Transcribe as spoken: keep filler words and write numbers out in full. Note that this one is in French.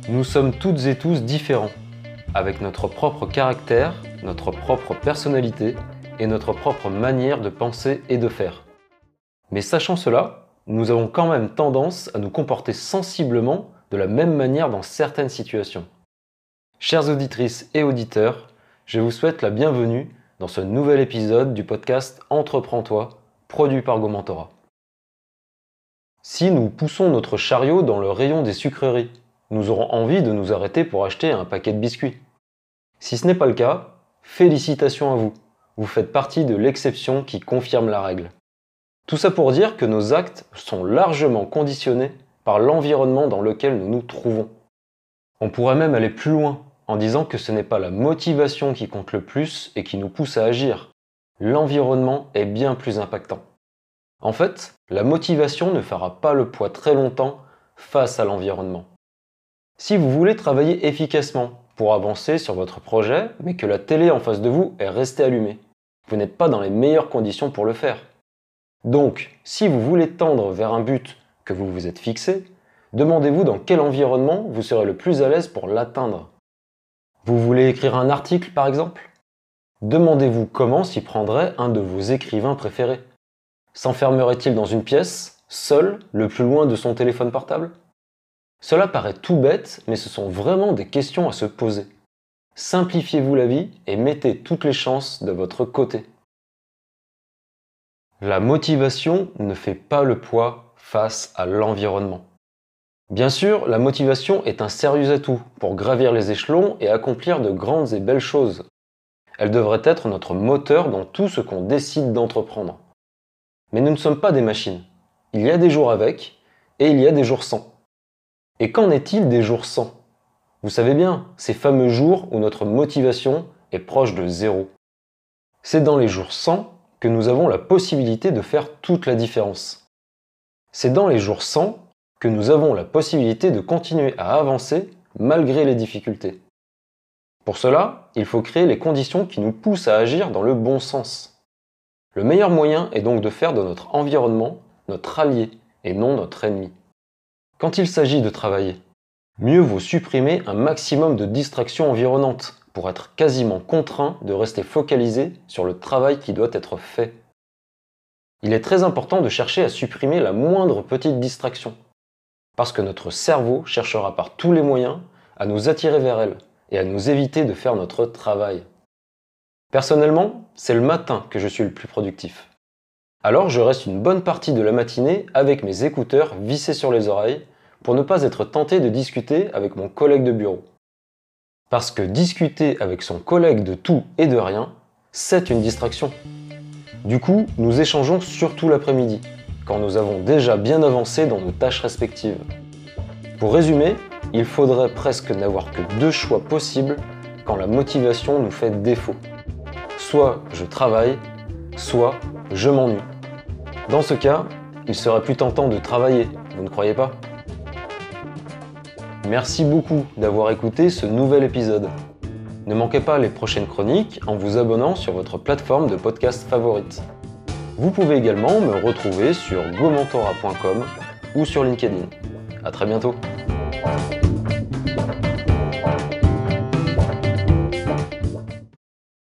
Nous sommes toutes et tous différents, avec notre propre caractère, notre propre personnalité et notre propre manière de penser et de faire. Mais sachant cela, nous avons quand même tendance à nous comporter sensiblement de la même manière dans certaines situations. Chères auditrices et auditeurs, je vous souhaite la bienvenue dans ce nouvel épisode du podcast Entreprends-toi, produit par GoMentorat. Si nous poussons notre chariot dans le rayon des sucreries, nous aurons envie de nous arrêter pour acheter un paquet de biscuits. Si ce n'est pas le cas, félicitations à vous. Vous faites partie de l'exception qui confirme la règle. Tout ça pour dire que nos actes sont largement conditionnés par l'environnement dans lequel nous nous trouvons. On pourrait même aller plus loin en disant que ce n'est pas la motivation qui compte le plus et qui nous pousse à agir. L'environnement est bien plus impactant. En fait, la motivation ne fera pas le poids très longtemps face à l'environnement. Si vous voulez travailler efficacement pour avancer sur votre projet, mais que la télé en face de vous est restée allumée, vous n'êtes pas dans les meilleures conditions pour le faire. Donc, si vous voulez tendre vers un but que vous vous êtes fixé, demandez-vous dans quel environnement vous serez le plus à l'aise pour l'atteindre. Vous voulez écrire un article par exemple ? Demandez-vous comment s'y prendrait un de vos écrivains préférés. S'enfermerait-il dans une pièce, seul, le plus loin de son téléphone portable ? Cela paraît tout bête, mais ce sont vraiment des questions à se poser. Simplifiez-vous la vie et mettez toutes les chances de votre côté. La motivation ne fait pas le poids face à l'environnement. Bien sûr, la motivation est un sérieux atout pour gravir les échelons et accomplir de grandes et belles choses. Elle devrait être notre moteur dans tout ce qu'on décide d'entreprendre. Mais nous ne sommes pas des machines. Il y a des jours avec et il y a des jours sans. Et qu'en est-il des jours sans ? Vous savez bien, ces fameux jours où notre motivation est proche de zéro. C'est dans les jours sans que nous avons la possibilité de faire toute la différence. C'est dans les jours sans que nous avons la possibilité de continuer à avancer malgré les difficultés. Pour cela, il faut créer les conditions qui nous poussent à agir dans le bon sens. Le meilleur moyen est donc de faire de notre environnement notre allié et non notre ennemi. Quand il s'agit de travailler, mieux vaut supprimer un maximum de distractions environnantes pour être quasiment contraint de rester focalisé sur le travail qui doit être fait. Il est très important de chercher à supprimer la moindre petite distraction, parce que notre cerveau cherchera par tous les moyens à nous attirer vers elle et à nous éviter de faire notre travail. Personnellement, c'est le matin que je suis le plus productif. Alors je reste une bonne partie de la matinée avec mes écouteurs vissés sur les oreilles pour ne pas être tenté de discuter avec mon collègue de bureau. Parce que discuter avec son collègue de tout et de rien, c'est une distraction. Du coup, nous échangeons surtout l'après-midi, quand nous avons déjà bien avancé dans nos tâches respectives. Pour résumer, il faudrait presque n'avoir que deux choix possibles quand la motivation nous fait défaut. Soit je travaille, soit je m'ennuie. Dans ce cas, il serait plus tentant de travailler, vous ne croyez pas ? Merci beaucoup d'avoir écouté ce nouvel épisode. Ne manquez pas les prochaines chroniques en vous abonnant sur votre plateforme de podcast favorite. Vous pouvez également me retrouver sur gomentorat point com ou sur LinkedIn. À très bientôt.